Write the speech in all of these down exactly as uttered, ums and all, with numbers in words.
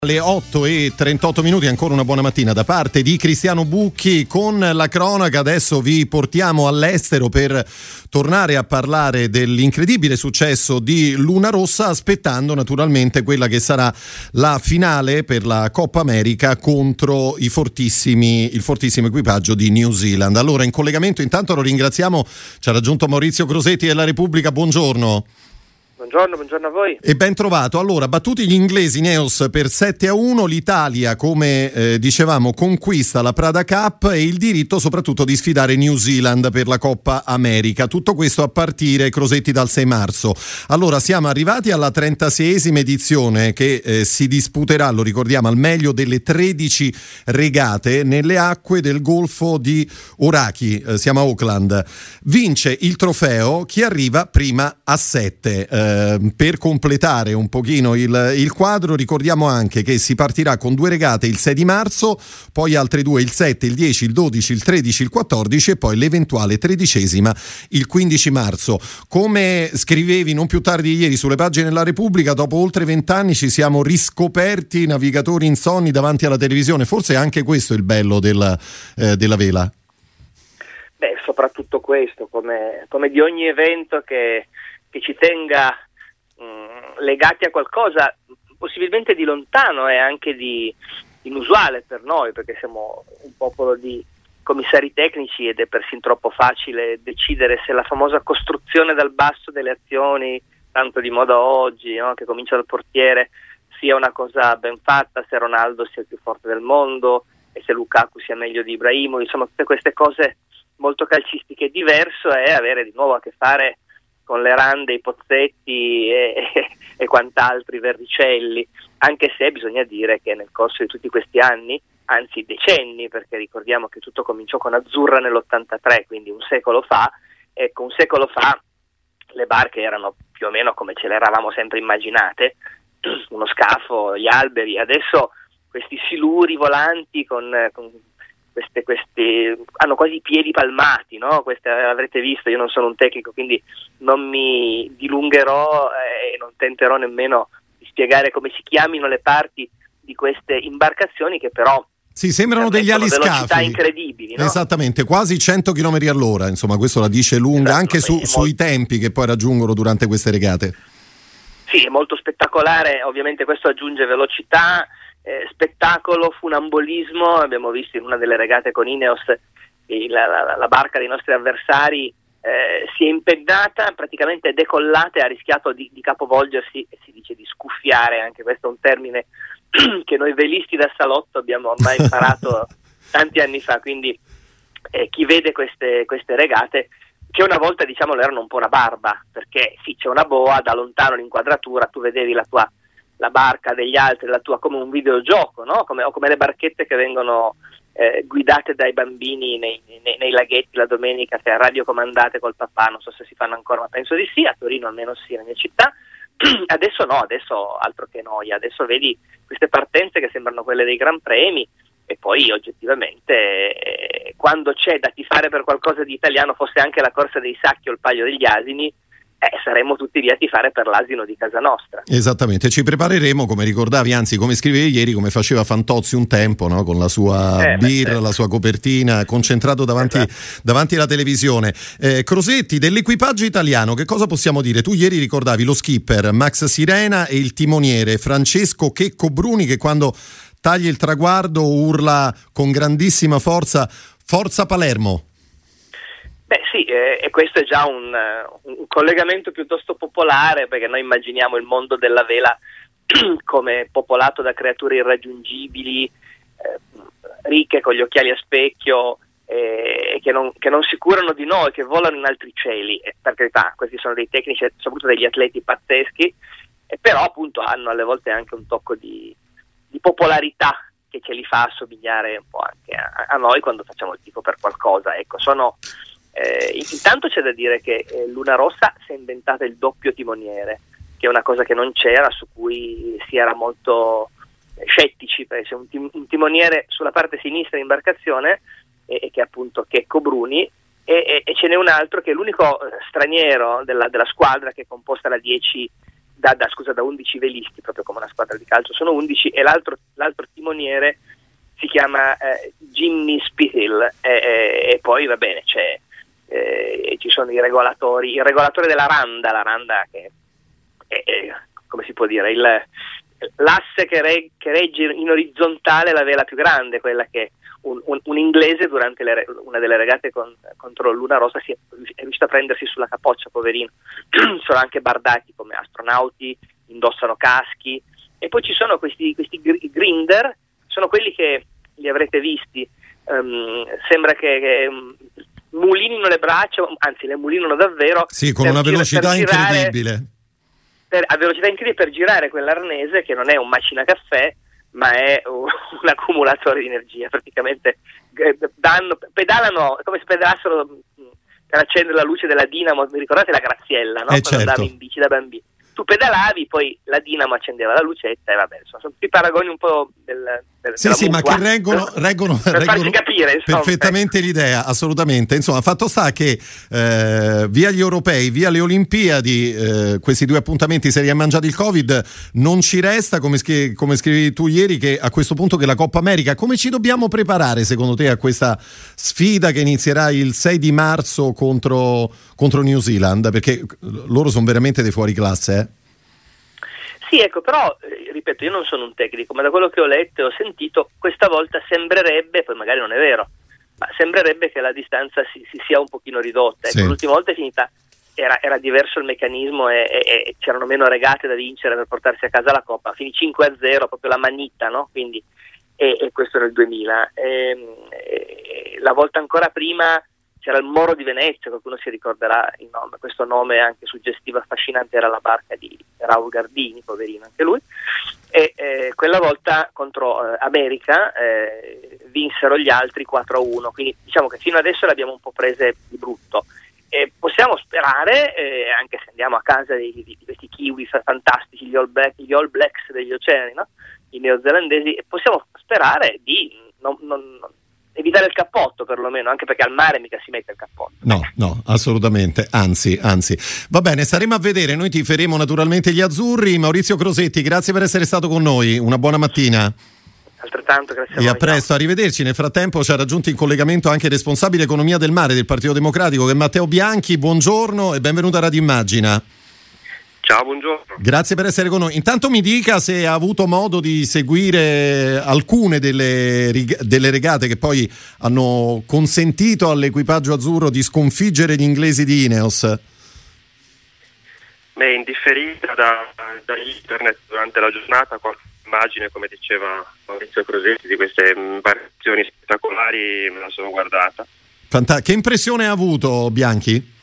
Alle otto e trentotto minuti, ancora una buona mattina da parte di Cristiano Bucchi con la cronaca. Adesso vi portiamo all'estero per tornare a parlare dell'incredibile successo di Luna Rossa, aspettando naturalmente quella che sarà la finale per la Coppa America contro i fortissimi, il fortissimo equipaggio di New Zealand. Allora, in collegamento intanto lo ringraziamo, ci ha raggiunto Maurizio Crosetti della Repubblica, buongiorno. Buongiorno, buongiorno a voi. E ben trovato. Allora, battuti gli inglesi Neos per sette a uno, l'Italia, come eh, dicevamo, conquista la Prada Cup e il diritto soprattutto di sfidare New Zealand per la Coppa America. Tutto questo a partire, Crosetti, dal sei marzo. Allora, siamo arrivati alla trentaseiesima edizione che eh, si disputerà, lo ricordiamo, al meglio delle tredici regate nelle acque del Golfo di Oraki. Eh, siamo a Auckland. Vince il trofeo chi arriva prima a sette. Eh, Per completare un pochino il, il quadro, ricordiamo anche che si partirà con due regate il sei di marzo, poi altre due il sette, il dieci, il dodici, il tredici, il quattordici e poi l'eventuale tredicesima il quindici marzo. Come scrivevi non più tardi ieri sulle pagine della Repubblica, dopo oltre vent'anni ci siamo riscoperti navigatori insonni davanti alla televisione. Forse anche questo è il bello della, eh, della vela. Beh, soprattutto questo, come, come di ogni evento che che ci tenga mh, legati a qualcosa possibilmente di lontano e anche di inusuale per noi, perché siamo un popolo di commissari tecnici ed è persino troppo facile decidere se la famosa costruzione dal basso delle azioni, tanto di moda oggi, no? Che comincia dal portiere, sia una cosa ben fatta, se Ronaldo sia il più forte del mondo e se Lukaku sia meglio di Ibrahimovic, insomma tutte queste cose molto calcistiche. Diverso è avere di nuovo a che fare con le rande, i pozzetti e, e, e quant'altri verricelli, anche se bisogna dire che nel corso di tutti questi anni, anzi decenni, perché ricordiamo che tutto cominciò con Azzurra nell'ottantatré, quindi un secolo fa, ecco, un secolo fa le barche erano più o meno come ce le eravamo sempre immaginate, uno scafo, gli alberi. Adesso questi siluri volanti con, con Queste, queste hanno quasi i piedi palmati, no? Queste avrete visto, io non sono un tecnico, quindi non mi dilungherò e eh, non tenterò nemmeno di spiegare come si chiamino le parti di queste imbarcazioni, che però sì, sembrano degli aliscafi incredibili, no? Esattamente, quasi cento chilometri all'ora, insomma questo la dice lunga, esatto, anche su, sui molto... tempi che poi raggiungono durante queste regate. Sì, è molto spettacolare, ovviamente questo aggiunge velocità, Eh, spettacolo, funambolismo. Abbiamo visto in una delle regate con Ineos eh, la, la, la barca dei nostri avversari eh, si è impennata, praticamente decollata e ha rischiato di, di capovolgersi, e si dice di scuffiare, anche questo è un termine che noi velisti da salotto abbiamo ormai imparato tanti anni fa, quindi eh, chi vede queste, queste regate, che una volta diciamo erano un po' una barba, perché sì, c'è una boa, da lontano l'inquadratura tu vedevi la tua la barca degli altri, la tua, come un videogioco, no? Come, o come le barchette che vengono eh, guidate dai bambini nei, nei, nei laghetti la domenica, che radiocomandate col papà, non so se si fanno ancora, ma penso di sì, a Torino almeno sì, nella mia città. Adesso no, adesso altro che noia, adesso vedi queste partenze che sembrano quelle dei Gran Premi, e poi oggettivamente eh, quando c'è da tifare per qualcosa di italiano, fosse anche la corsa dei sacchi o il Palio degli asini, Eh, saremmo tutti lì a tifare per l'asino di casa nostra. Esattamente, ci prepareremo, come ricordavi, anzi come scrivevi ieri, come faceva Fantozzi un tempo, no? Con la sua eh, birra, beh, la sua copertina, concentrato davanti, esatto. davanti alla televisione. Eh, Crosetti, dell'equipaggio italiano, che cosa possiamo dire? Tu ieri ricordavi lo skipper Max Sirena e il timoniere Francesco Checco Bruni, che quando taglia il traguardo urla con grandissima forza "Forza Palermo". Beh sì, eh, e questo è già un, un collegamento piuttosto popolare, perché noi immaginiamo il mondo della vela come popolato da creature irraggiungibili, eh, ricche con gli occhiali a specchio, eh, che, non, che non si curano di noi, che volano in altri cieli. E per carità, questi sono dei tecnici, soprattutto degli atleti pazzeschi, e però appunto hanno alle volte anche un tocco di, di popolarità che ce li fa assomigliare un po' anche a, a noi quando facciamo il tifo per qualcosa. Ecco, sono... Eh, intanto c'è da dire che eh, Luna Rossa si è inventata il doppio timoniere, che è una cosa che non c'era, su cui si era molto eh, scettici, perché c'è un, tim- un timoniere sulla parte sinistra in imbarcazione, e eh, che è appunto Checco Bruni, e, e, e ce n'è un altro che è l'unico straniero della, della squadra, che è composta da dieci da, da, scusa, da undici velisti, proprio come una squadra di calcio, sono undici, e l'altro, l'altro timoniere si chiama eh, Jimmy Spiethil, e, e, e poi va bene, c'è, eh, ci sono i regolatori, il regolatore della Randa, la Randa che è, è come si può dire, il, l'asse che, reg, che regge in orizzontale la vela più grande, quella che un, un, un inglese durante le, una delle regate con, contro Luna Rossa si è, è riuscito a prendersi sulla capoccia, poverino. Sono anche bardati come astronauti, indossano caschi, e poi ci sono questi, questi grinder, sono quelli che li avrete visti, um, sembra che, che um, mulinino le braccia, anzi le mulinano davvero, sì, con una velocità per girare, incredibile per, a velocità incredibile per girare quell'arnese che non è un macinacaffè, ma è un, un accumulatore di energia. Praticamente eh, danno, pedalano come se pedalassero per accendere la luce della dinamo. Vi ricordate la Graziella, no? Eh, Quando certo. andavi in bici da bambino, tu pedalavi, poi la dinamo accendeva la lucetta, e vabbè, insomma, sono tutti paragoni un po' del, del sì sì mutua, ma che reggono, reggono, per reggono farci capire, insomma, perfettamente ecco. L'idea, assolutamente. Insomma, fatto sta che eh, via gli europei, via le Olimpiadi, eh, questi due appuntamenti se li ha mangiati il Covid, non ci resta, come, scri- come scrivi tu ieri, che a questo punto che la Coppa America. Come ci dobbiamo preparare secondo te a questa sfida che inizierà il sei di marzo contro, contro New Zealand? Perché loro sono veramente dei fuori classe, eh? Sì, ecco, però, eh, ripeto, io non sono un tecnico, ma da quello che ho letto e ho sentito, questa volta sembrerebbe, poi magari non è vero, ma sembrerebbe che la distanza si, si sia un pochino ridotta. Ecco, sì. L'ultima volta è finita, era, era diverso il meccanismo, e, e, e c'erano meno regate da vincere per portarsi a casa la Coppa, finì cinque a zero, proprio la manitta, no? Quindi, e, e questo nel duemila. E, e, la volta ancora prima c'era il Moro di Venezia, qualcuno si ricorderà il nome, questo nome anche suggestivo, affascinante, era la barca di Raul Gardini, poverino anche lui, e eh, quella volta contro eh, America eh, vinsero gli altri quattro a uno, quindi diciamo che fino adesso le abbiamo un po' prese di brutto, e possiamo sperare, eh, anche se andiamo a casa di, di, di questi kiwi fantastici, gli All, Black, gli All Blacks degli oceani, no? I neozelandesi, possiamo sperare di non, non, non evitare il cappotto, perlomeno, anche perché al mare mica si mette il cappotto. No, no, assolutamente, anzi, anzi. Va bene, staremo a vedere, noi tiferemo naturalmente gli azzurri. Maurizio Crosetti, grazie per essere stato con noi, una buona mattina. Altrettanto, grazie a voi. E a presto, arrivederci. Nel frattempo ci ha raggiunto in collegamento anche il responsabile economia del mare del Partito Democratico, che è Matteo Bianchi. Buongiorno e benvenuto a Radio Immagina. Ciao, buongiorno. Grazie per essere con noi. Intanto mi dica se ha avuto modo di seguire alcune delle, delle regate che poi hanno consentito all'equipaggio azzurro di sconfiggere gli inglesi di Ineos. Beh, indifferita da, da internet durante la giornata, qualche immagine, come diceva Maurizio Crosetti, di queste imbarcazioni spettacolari me la sono guardata. Fanta- che impressione ha avuto Bianchi?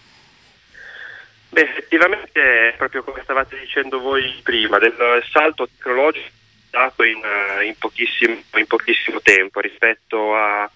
Beh, effettivamente, proprio come stavate dicendo voi prima, del salto tecnologico dato in, in, pochissimo, in pochissimo tempo rispetto a...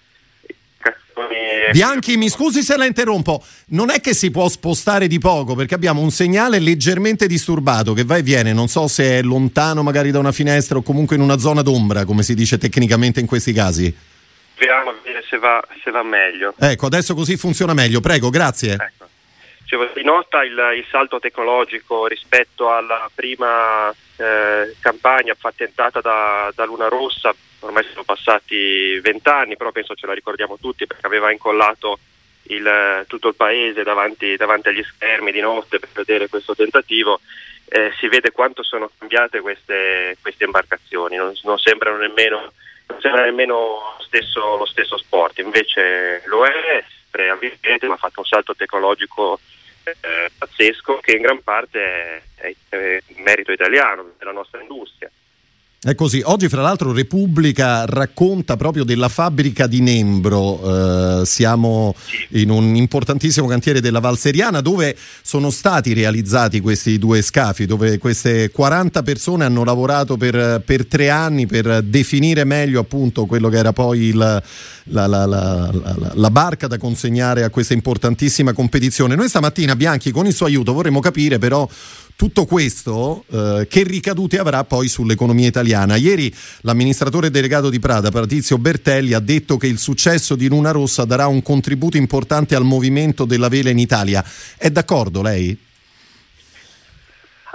Bianchi, mi scusi se la interrompo, non è che si può spostare di poco, perché abbiamo un segnale leggermente disturbato che va e viene, non so se è lontano magari da una finestra o comunque in una zona d'ombra, come si dice tecnicamente in questi casi. Vediamo a vedere se va, se va meglio. Ecco, adesso così funziona meglio, prego, grazie. Ecco. Si nota il, il salto tecnologico rispetto alla prima eh, campagna patentata da, da Luna Rossa. Ormai sono passati vent'anni, però penso ce la ricordiamo tutti, perché aveva incollato il, tutto il paese davanti, davanti agli schermi di notte per vedere questo tentativo. Eh, si vede quanto sono cambiate queste, queste imbarcazioni, non, non sembrano nemmeno, non sembra nemmeno lo stesso, lo stesso sport, invece lo è, è ma ha fatto un salto tecnologico Eh, pazzesco, che in gran parte è, è, è merito italiano, della nostra industria. È così. Oggi fra l'altro Repubblica racconta proprio della fabbrica di Nembro, eh, siamo sì. in un importantissimo cantiere della Val Seriana dove sono stati realizzati questi due scafi, dove queste quaranta persone hanno lavorato per, per tre anni per definire meglio appunto quello che era poi il, la, la, la, la, la barca da consegnare a questa importantissima competizione. Noi stamattina, Bianchi, con il suo aiuto vorremmo capire però tutto questo eh, che ricadute avrà poi sull'economia italiana. Ieri l'amministratore delegato di Prada, Patrizio Bertelli, ha detto che il successo di Luna Rossa darà un contributo importante al movimento della vela in Italia. È d'accordo lei?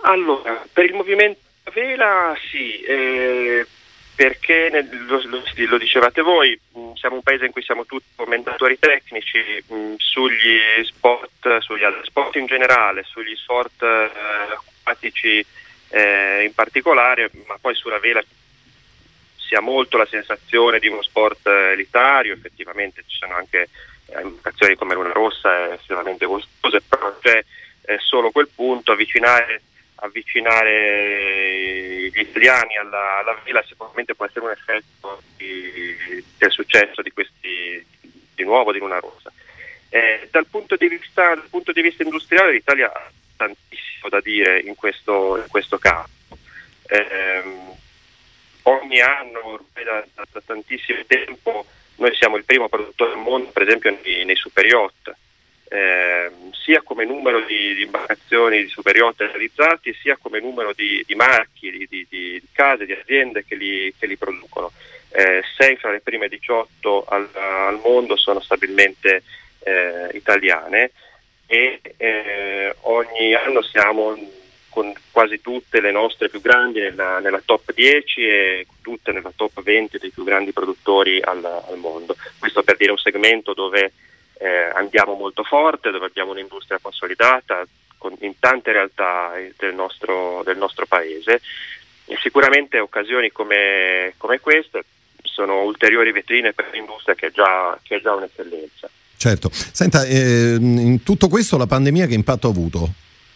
Allora, per il movimento a vela sì, eh, perché nel, lo, lo, lo dicevate voi, mh, siamo un paese in cui siamo tutti commentatori tecnici mh, sugli sport, sugli altri sport in generale, sugli sport eh, acquatici eh, in particolare, ma poi sulla vela si ha molto la sensazione di uno sport elitario. Effettivamente ci sono anche imbarcazioni come Luna Rossa estremamente costose, però c'è eh, solo quel punto, avvicinare avvicinare gli italiani alla, alla vela sicuramente può essere un effetto di, del successo di questi di nuovo di Luna Rossa. Eh, dal punto di vista dal punto di vista industriale l'Italia ha tantissimo da dire in questo in questo campo. Eh, ogni anno ormai da, da, da tantissimo tempo noi siamo il primo produttore al mondo, per esempio nei, nei super yacht. Eh, sia come numero di, di imbarcazioni di super yacht realizzati, sia come numero di, di marchi, di, di, di case, di aziende che li, che li producono. Eh, sei fra le prime diciotto al, al mondo sono stabilmente eh, italiane e eh, ogni anno siamo con quasi tutte le nostre più grandi nella, nella top dieci e tutte nella top venti dei più grandi produttori al, al mondo. Questo per dire un segmento dove Eh, andiamo molto forte, dove abbiamo un'industria consolidata con, in tante realtà del nostro, del nostro paese, e sicuramente occasioni come, come queste sono ulteriori vetrine per l'industria che è già, che è già un'eccellenza. Certo. Senta, eh, in tutto questo la pandemia che impatto ha avuto?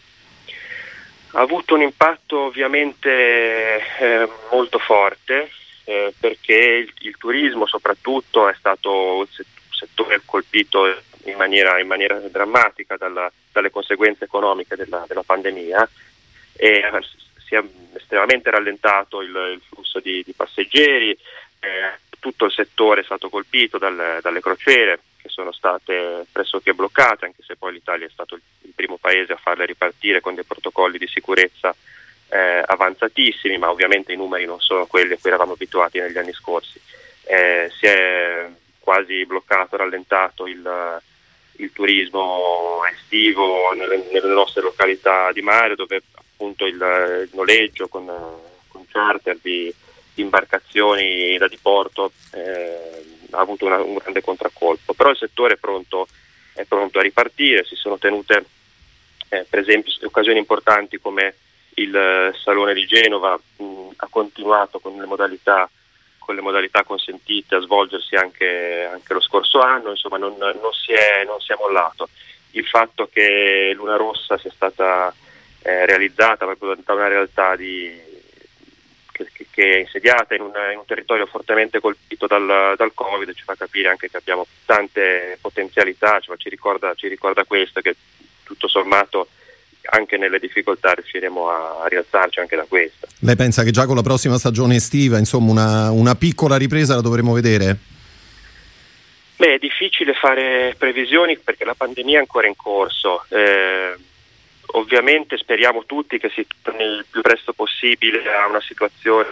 Ha avuto un impatto ovviamente eh, molto forte eh, perché il, il turismo soprattutto è stato settore colpito in maniera, in maniera drammatica dalla, dalle conseguenze economiche della, della pandemia, e si è estremamente rallentato il, il flusso di, di passeggeri. Eh, tutto il settore è stato colpito dal, dalle crociere, che sono state pressoché bloccate, anche se poi l'Italia è stato il, il primo paese a farle ripartire con dei protocolli di sicurezza eh, avanzatissimi, ma ovviamente i numeri non sono quelli a cui eravamo abituati negli anni scorsi. Eh, si è quasi bloccato, rallentato il, il turismo estivo nelle, nelle nostre località di mare, dove appunto il, il noleggio con, con charter di, di imbarcazioni da diporto eh, ha avuto una, un grande contraccolpo. Però il settore è pronto, è pronto a ripartire. Si sono tenute eh, per esempio occasioni importanti come il Salone di Genova, mh, ha continuato con le modalità con le modalità consentite a svolgersi anche, anche lo scorso anno, insomma non, non, si è, non si è mollato. Il fatto che Luna Rossa sia stata eh, realizzata proprio da una realtà di, che, che è insediata in un, in un territorio fortemente colpito dal, dal Covid ci fa capire anche che abbiamo tante potenzialità, cioè ci ricorda, ci ricorda questo, che tutto sommato anche nelle difficoltà riusciremo a rialzarci anche da questa. Lei pensa che già con la prossima stagione estiva, insomma, una, una piccola ripresa la dovremo vedere? Beh, è difficile fare previsioni perché la pandemia è ancora in corso. Eh, ovviamente speriamo tutti che si torni il più presto possibile a una situazione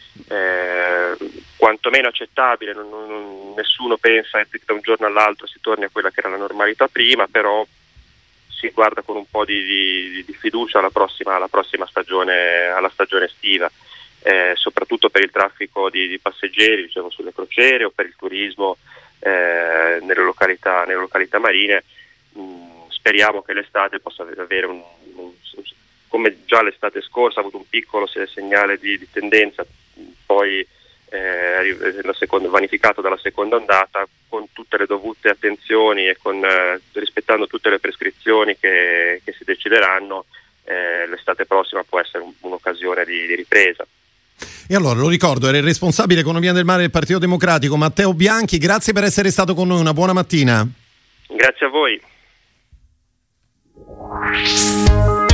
eh, quantomeno accettabile. Non, non, nessuno pensa che da un giorno all'altro si torni a quella che era la normalità prima, però si guarda con un po' di, di, di fiducia alla prossima, alla prossima stagione, alla stagione estiva, eh, soprattutto per il traffico di, di passeggeri, diciamo, sulle crociere, o per il turismo eh, nelle località, nelle località marine. Mm, speriamo che l'estate possa avere un, un, come già l'estate scorsa ha avuto un piccolo segnale di, di tendenza, poi eh, la seconda, vanificato dalla seconda ondata, con tutte le dovute attenzioni e con, eh, rispettando tutte le prescrizioni che, che si decideranno, eh, l'estate prossima può essere un, un'occasione di, di ripresa. E allora lo ricordo, era il responsabile economia del mare del Partito Democratico, Matteo Bianchi. Grazie per essere stato con noi, una buona mattina. Grazie a voi.